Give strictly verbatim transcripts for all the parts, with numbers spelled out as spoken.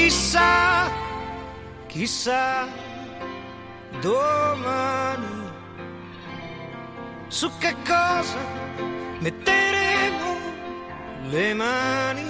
chissà, chissà domani su che cosa metteremo le mani.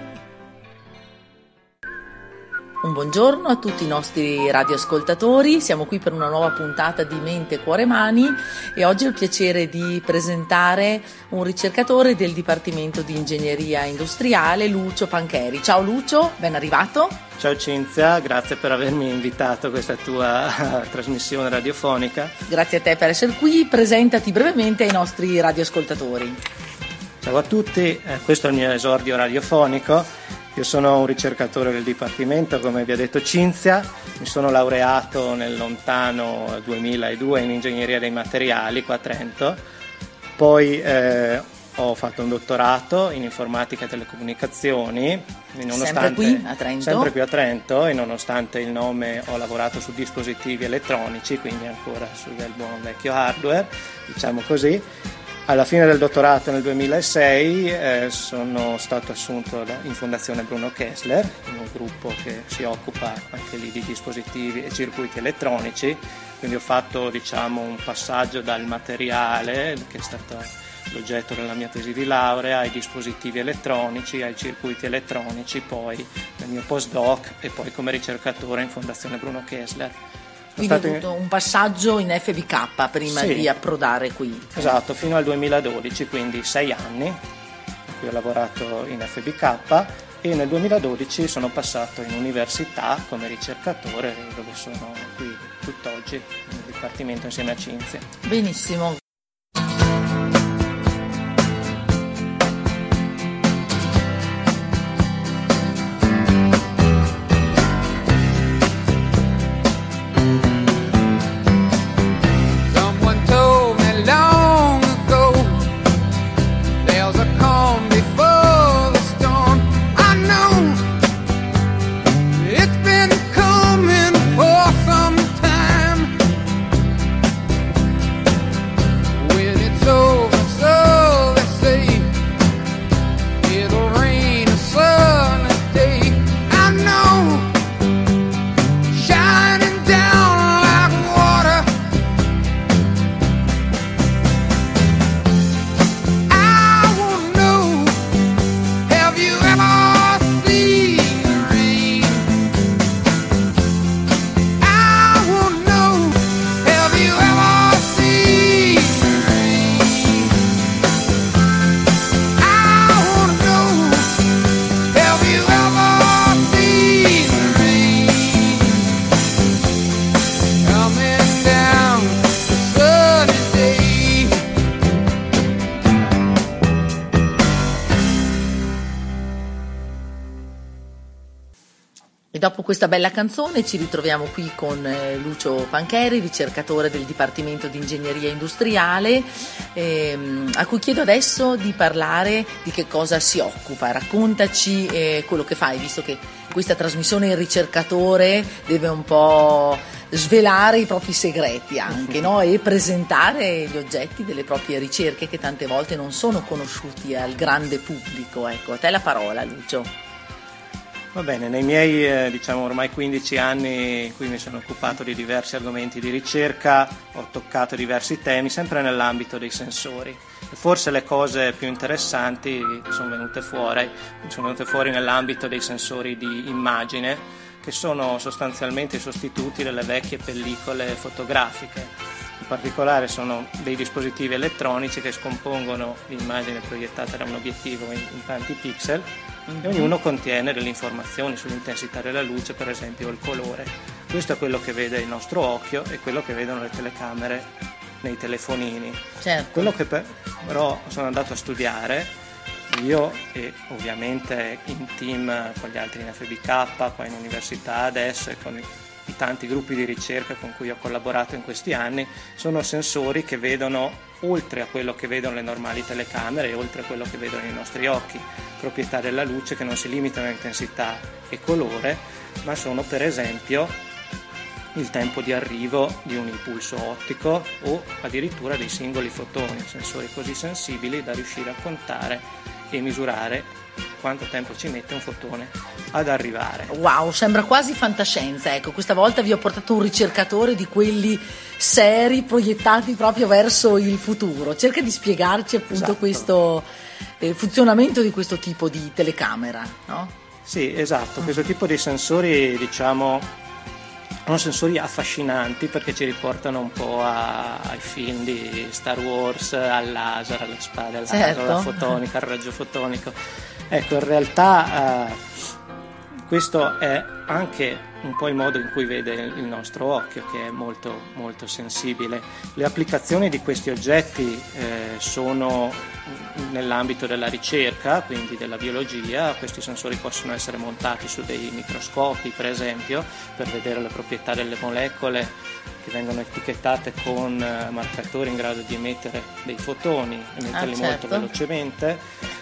Un buongiorno a tutti i nostri radioascoltatori, siamo qui per una nuova puntata di Mente, Cuore, Mani e oggi ho il piacere di presentare un ricercatore del Dipartimento di Ingegneria Industriale, Lucio Pancheri. Ciao Lucio, ben arrivato. Ciao Cinzia, grazie per avermi invitato a questa tua trasmissione radiofonica. Grazie a te per essere qui, presentati brevemente ai nostri radioascoltatori. Ciao a tutti, eh, questo è il mio esordio radiofonico. Io sono un ricercatore del Dipartimento, come vi ha detto Cinzia, mi sono laureato nel lontano duemiladue in Ingegneria dei Materiali qua a Trento, poi eh, ho fatto un dottorato in Informatica e Telecomunicazioni. Sempre qui a Trento? Sempre qui a Trento e nonostante il nome ho lavorato su dispositivi elettronici, quindi ancora sul buon vecchio hardware, diciamo così. Alla fine del dottorato nel duemilasei eh, sono stato assunto da, in Fondazione Bruno Kessler, in un gruppo che si occupa anche lì di dispositivi e circuiti elettronici, quindi ho fatto diciamo un passaggio dal materiale, che è stato l'oggetto della mia tesi di laurea, ai dispositivi elettronici, ai circuiti elettronici, poi nel mio postdoc e poi come ricercatore in Fondazione Bruno Kessler. Quindi hai avuto un passaggio in F B K prima sì, di approdare qui. Esatto, fino al duemiladodici, quindi sei anni in cui ho lavorato in F B K e nel duemiladodici sono passato in università come ricercatore, dove sono qui tutt'oggi nel Dipartimento insieme a Cinzia. Benissimo. Dopo questa bella canzone ci ritroviamo qui con eh, Lucio Pancheri, ricercatore del Dipartimento di Ingegneria Industriale, ehm, a cui chiedo adesso di parlare di che cosa si occupa. Raccontaci eh, quello che fai, visto che questa trasmissione il ricercatore deve un po' svelare i propri segreti anche, no? E presentare gli oggetti delle proprie ricerche che tante volte non sono conosciuti al grande pubblico. Ecco, a te la parola, Lucio. Va bene, nei miei eh, diciamo ormai quindici anni in cui mi sono occupato di diversi argomenti di ricerca, ho toccato diversi temi sempre nell'ambito dei sensori. E forse le cose più interessanti sono venute fuori, sono venute fuori nell'ambito dei sensori di immagine, che sono sostanzialmente i sostituti delle vecchie pellicole fotografiche. In particolare sono dei dispositivi elettronici che scompongono l'immagine proiettata da un obiettivo in, in tanti pixel. E ognuno contiene delle informazioni sull'intensità della luce, per esempio il colore. Questo è quello che vede il nostro occhio e quello che vedono le telecamere nei telefonini. Certo. Quello che per, però sono andato a studiare io e ovviamente in team con gli altri in F B K, qua in università adesso e con i tanti gruppi di ricerca con cui ho collaborato in questi anni, sono sensori che vedono oltre a quello che vedono le normali telecamere e oltre a quello che vedono i nostri occhi, proprietà della luce che non si limitano a intensità e colore, ma sono per esempio il tempo di arrivo di un impulso ottico o addirittura dei singoli fotoni, sensori così sensibili da riuscire a contare e misurare quanto tempo ci mette un fotone ad arrivare. Wow, sembra quasi fantascienza. Ecco, questa volta vi ho portato un ricercatore di quelli seri, proiettati proprio verso il futuro. Cerca di spiegarci appunto Esatto. questo eh, funzionamento di questo tipo di telecamera, no? Sì, esatto, questo tipo di sensori, diciamo, sono sensori affascinanti perché ci riportano un po' a, ai film di Star Wars, al laser, alle spade, al certo. laser, alla fotonica, al raggio fotonico. Ecco, in realtà eh, questo è anche un po' il modo in cui vede il nostro occhio, che è molto, molto sensibile. Le applicazioni di questi oggetti eh, sono nell'ambito della ricerca, quindi della biologia. Questi sensori possono essere montati su dei microscopi, per esempio, per vedere le proprietà delle molecole che vengono etichettate con marcatori in grado di emettere dei fotoni, emetterli ah, molto certo. velocemente,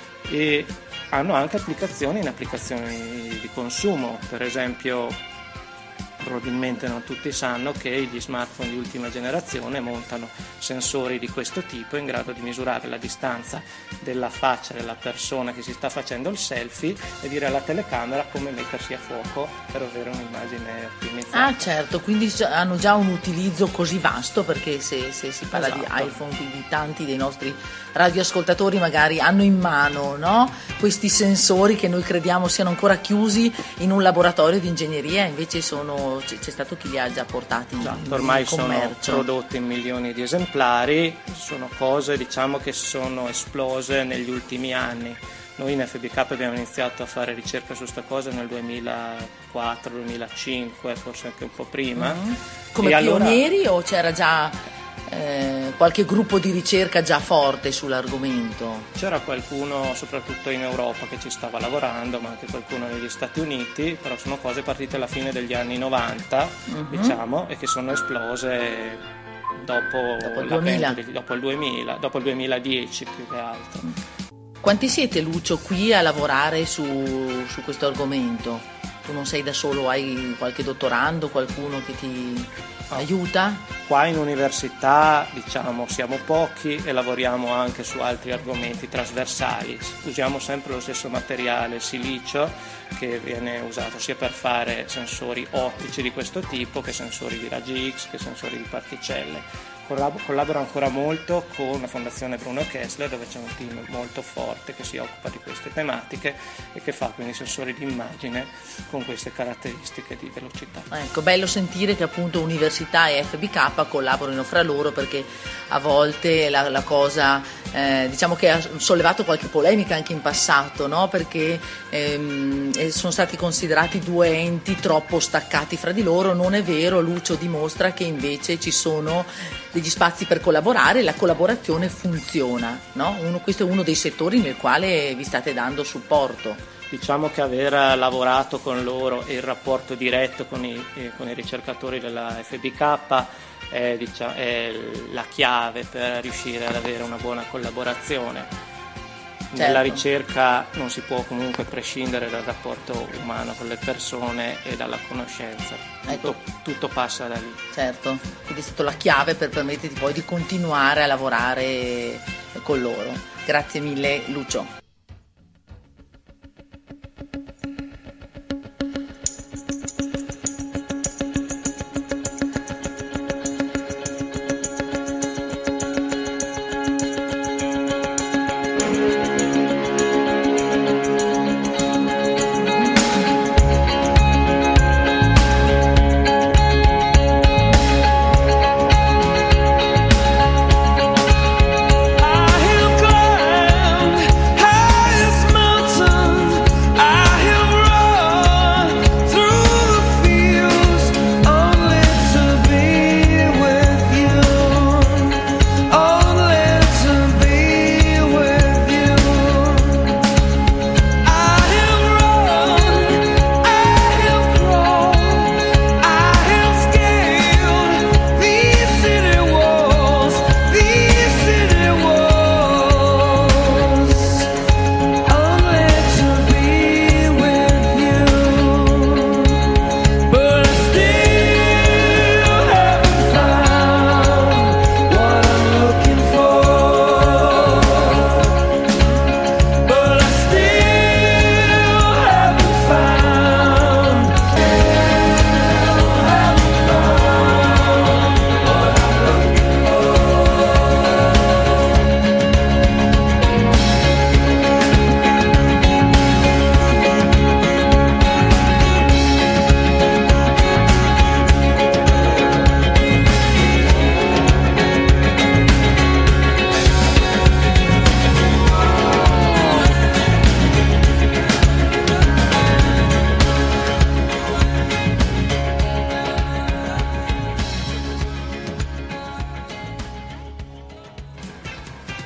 e hanno anche applicazioni in applicazioni di consumo. Per esempio, probabilmente non tutti sanno che gli smartphone di ultima generazione montano sensori di questo tipo in grado di misurare la distanza della faccia della persona che si sta facendo il selfie e dire alla telecamera come mettersi a fuoco per avere un'immagine ottimizzata. Ah certo, quindi hanno già un utilizzo così vasto, perché se, se si parla Esatto. di iPhone, quindi tanti dei nostri radioascoltatori magari hanno in mano, no? Questi sensori che noi crediamo siano ancora chiusi in un laboratorio di ingegneria, invece sono, c'è stato chi li ha già portati in, Esatto, in ormai commercio. sono prodotti in milioni di esemplari, sono cose, diciamo, che sono esplose negli ultimi anni. Noi in F B K abbiamo iniziato a fare ricerca su sta cosa nel duemilaquattro duemilacinque, forse anche un po' prima. Mm-hmm. Come e pionieri allora... o c'era già eh, qualche gruppo di ricerca già forte sull'argomento? C'era qualcuno soprattutto in Europa che ci stava lavorando, ma anche qualcuno negli Stati Uniti, però sono cose partite alla fine degli anni novanta, mm-hmm. diciamo, e che sono esplose dopo, dopo il la duemila. Di, dopo il duemila, dopo il duemiladieci più che altro. Quanti siete, Lucio, qui a lavorare su, su questo argomento? Tu non sei da solo, hai qualche dottorando, qualcuno che ti oh. aiuta? Qua in università, diciamo, siamo pochi e lavoriamo anche su altri argomenti trasversali. Usiamo sempre lo stesso materiale, il silicio, che viene usato sia per fare sensori ottici di questo tipo che sensori di raggi X, che sensori di particelle. Collaboro ancora molto con la Fondazione Bruno Kessler, dove c'è un team molto forte che si occupa di queste tematiche e che fa quindi sensori di immagine con queste caratteristiche di velocità. Ecco, bello sentire che appunto università e F B K collaborino fra loro, perché a volte la, la cosa eh, diciamo che ha sollevato qualche polemica anche in passato, no? Perché ehm, sono stati considerati due enti troppo staccati fra di loro. Non è vero, Lucio dimostra che invece ci sono degli spazi per collaborare, la collaborazione funziona, no? Uno, questo è uno dei settori nel quale vi state dando supporto. Diciamo che aver lavorato con loro e il rapporto diretto con i, eh, con i ricercatori della F B K è, diciamo, è la chiave per riuscire ad avere una buona collaborazione. Certo. Nella ricerca non si può comunque prescindere dal rapporto umano con le persone e dalla conoscenza, ecco. tutto, tutto passa da lì. Certo, quindi è stata la chiave per permetterti poi di continuare a lavorare con loro. Grazie mille, Lucio. I am glad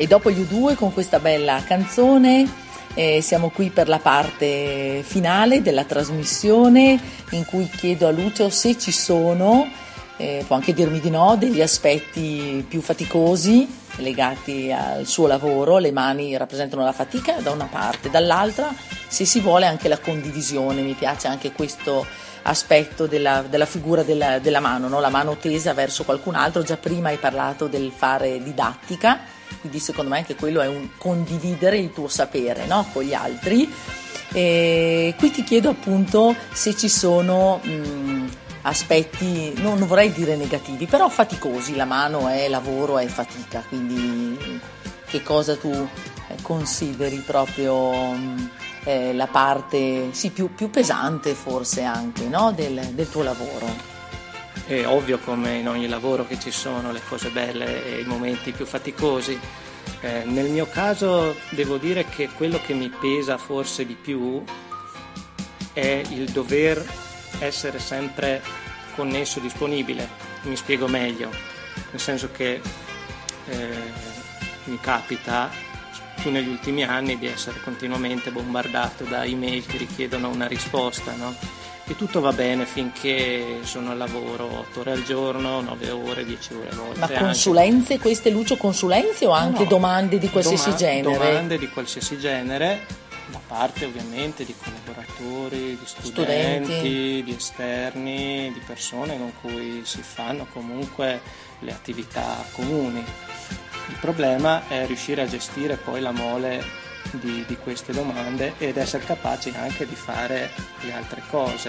E dopo gli U due con questa bella canzone eh, siamo qui per la parte finale della trasmissione, in cui chiedo a Lucio se ci sono, eh, può anche dirmi di no, degli aspetti più faticosi legati al suo lavoro. Le mani rappresentano la fatica da una parte, dall'altra, se si vuole, anche la condivisione. Mi piace anche questo aspetto della, della figura della, della mano, no? La mano tesa verso qualcun altro. Già prima hai parlato del fare didattica, quindi secondo me anche quello è un condividere il tuo sapere, no? Con gli altri. E qui ti chiedo appunto se ci sono mh, aspetti, no, non vorrei dire negativi, però faticosi. La mano è lavoro, è fatica, quindi che cosa tu eh, consideri proprio mh, eh, la parte sì, più, più pesante forse anche, no? del, del tuo lavoro? È ovvio, come in ogni lavoro, che ci sono le cose belle e i momenti più faticosi. Eh, nel mio caso devo dire che quello che mi pesa forse di più è il dover essere sempre connesso, disponibile. Mi spiego meglio, nel senso che eh, mi capita più negli ultimi anni di essere continuamente bombardato da email che richiedono una risposta, no? E tutto va bene finché sono al lavoro otto ore al giorno, nove ore, dieci ore a volte. Ma consulenze anche. Queste, Lucio, consulenze o anche no, domande di qualsiasi doma- genere? Domande di qualsiasi genere, da parte ovviamente di collaboratori, di studenti, studenti, di esterni, di persone con cui si fanno comunque le attività comuni. Il problema è riuscire a gestire poi la mole Di, di queste domande ed essere capaci anche di fare le altre cose.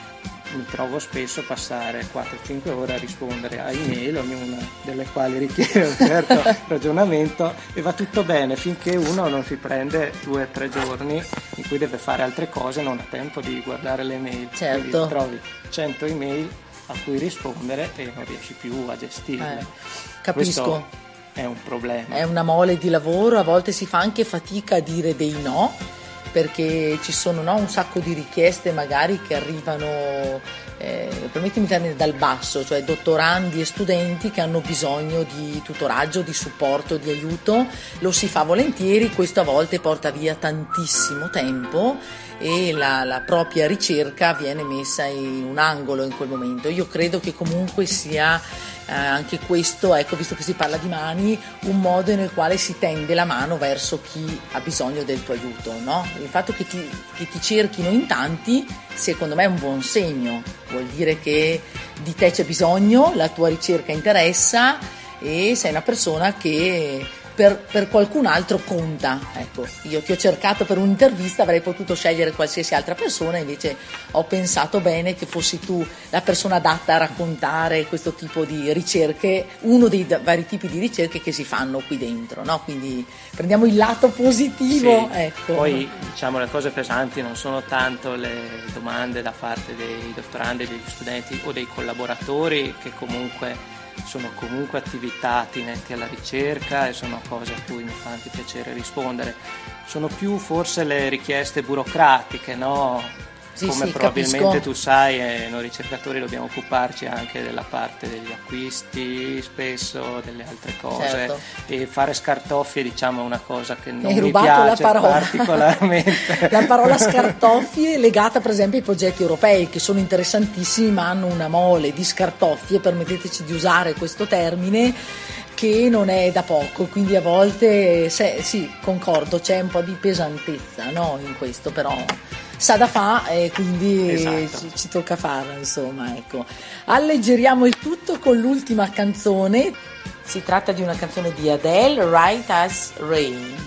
Mi trovo spesso a passare quattro cinque ore a rispondere a email, ognuna delle quali richiede un certo ragionamento, e va tutto bene finché uno non si prende due o tre giorni in cui deve fare altre cose e non ha tempo di guardare le mail. Certo. Quindi trovi cento email a cui rispondere e non riesci più a gestirle. Eh, capisco. Questo è un problema. È una mole di lavoro, a volte si fa anche fatica a dire dei no, perché ci sono, no, un sacco di richieste magari che arrivano, eh, permettimi il termine, dal basso, cioè dottorandi e studenti che hanno bisogno di tutoraggio, di supporto, di aiuto. Lo si fa volentieri, questo a volte porta via tantissimo tempo e la, la propria ricerca viene messa in un angolo in quel momento. Io credo che comunque sia Eh, anche questo, ecco, visto che si parla di mani, un modo nel quale si tende la mano verso chi ha bisogno del tuo aiuto, no? Il fatto che ti, che ti cerchino in tanti, secondo me è un buon segno, vuol dire che di te c'è bisogno, la tua ricerca interessa e sei una persona che per, per qualcun altro conta. Ecco, io ti ho cercato per un'intervista, avrei potuto scegliere qualsiasi altra persona, invece ho pensato bene che fossi tu la persona adatta a raccontare questo tipo di ricerche, uno dei vari tipi di ricerche che si fanno qui dentro, no? Quindi prendiamo il lato positivo. Sì, ecco. Poi diciamo le cose pesanti non sono tanto le domande da parte dei dottorandi, degli studenti o dei collaboratori, che comunque sono comunque attività attinenti alla ricerca e sono cose a cui mi fa anche piacere rispondere. Sono più forse le richieste burocratiche, no? Sì, Come sì, probabilmente capisco. tu sai, eh, noi ricercatori dobbiamo occuparci anche della parte degli acquisti, spesso delle altre cose, Certo. E fare scartoffie, diciamo, è una cosa che non Hai mi rubato piace la parola. particolarmente. La parola scartoffie è legata per esempio ai progetti europei, che sono interessantissimi ma hanno una mole di scartoffie, permetteteci di usare questo termine, che non è da poco, quindi a volte se, sì, concordo, c'è un po' di pesantezza, no, in questo, però sa da fa e quindi Esatto. ci, ci tocca farlo, insomma, ecco. Alleggeriamo il tutto con l'ultima canzone. Si tratta di una canzone di Adele, Right as Rain.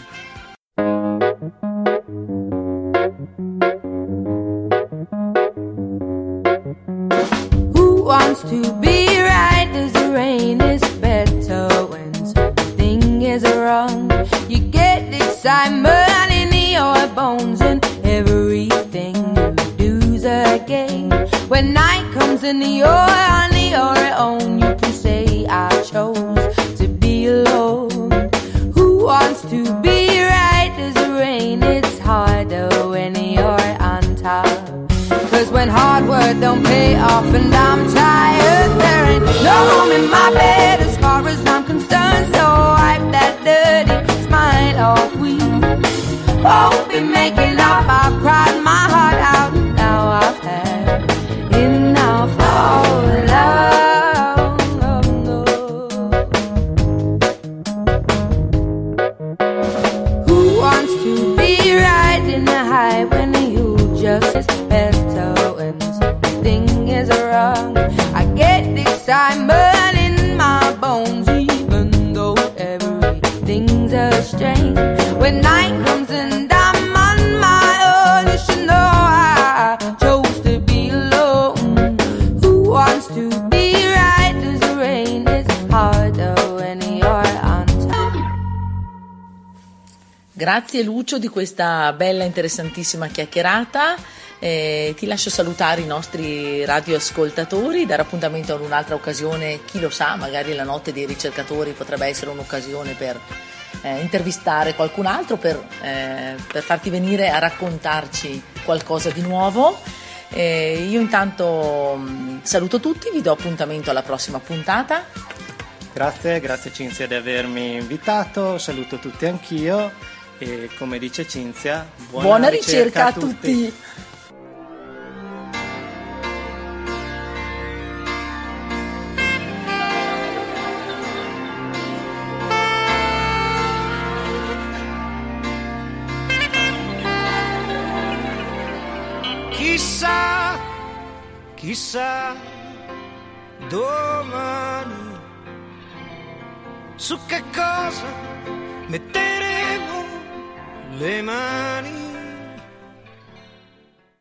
Who wants to be right as the rain is better when something is wrong? You get excitement in your bones and everything you do's a game. When night comes and you're on your own, you can say I chose to be alone. Who wants to be right as the rain? It's harder when you're on top. Cause when hard work don't pay off and I'm tired, there ain't no room in my bed as far as I'm concerned. So wipe that dirty off. We won't be making up. I've cried my heart out. Now I've had enough of love. Who wants to be riding the high when you just is better when something is wrong? I get excitement in my bones, even though everything's a strain. When night comes and I'm on my own, you should know I chose to be alone. Who wants to be right as the rain is harder when you're on time? Grazie Lucio di questa bella interessantissima chiacchierata. Eh, ti lascio salutare i nostri radioascoltatori, dare appuntamento ad un'altra occasione, chi lo sa, magari la notte dei ricercatori potrebbe essere un'occasione per eh, intervistare qualcun altro, per, eh, per farti venire a raccontarci qualcosa di nuovo. Eh, io intanto mh, saluto tutti, vi do appuntamento alla prossima puntata. Grazie, grazie Cinzia di avermi invitato, saluto tutti anch'io e come dice Cinzia, buona, buona ricerca, ricerca a tutti. tutti. Chissà, chissà, domani su che cosa metteremo le mani.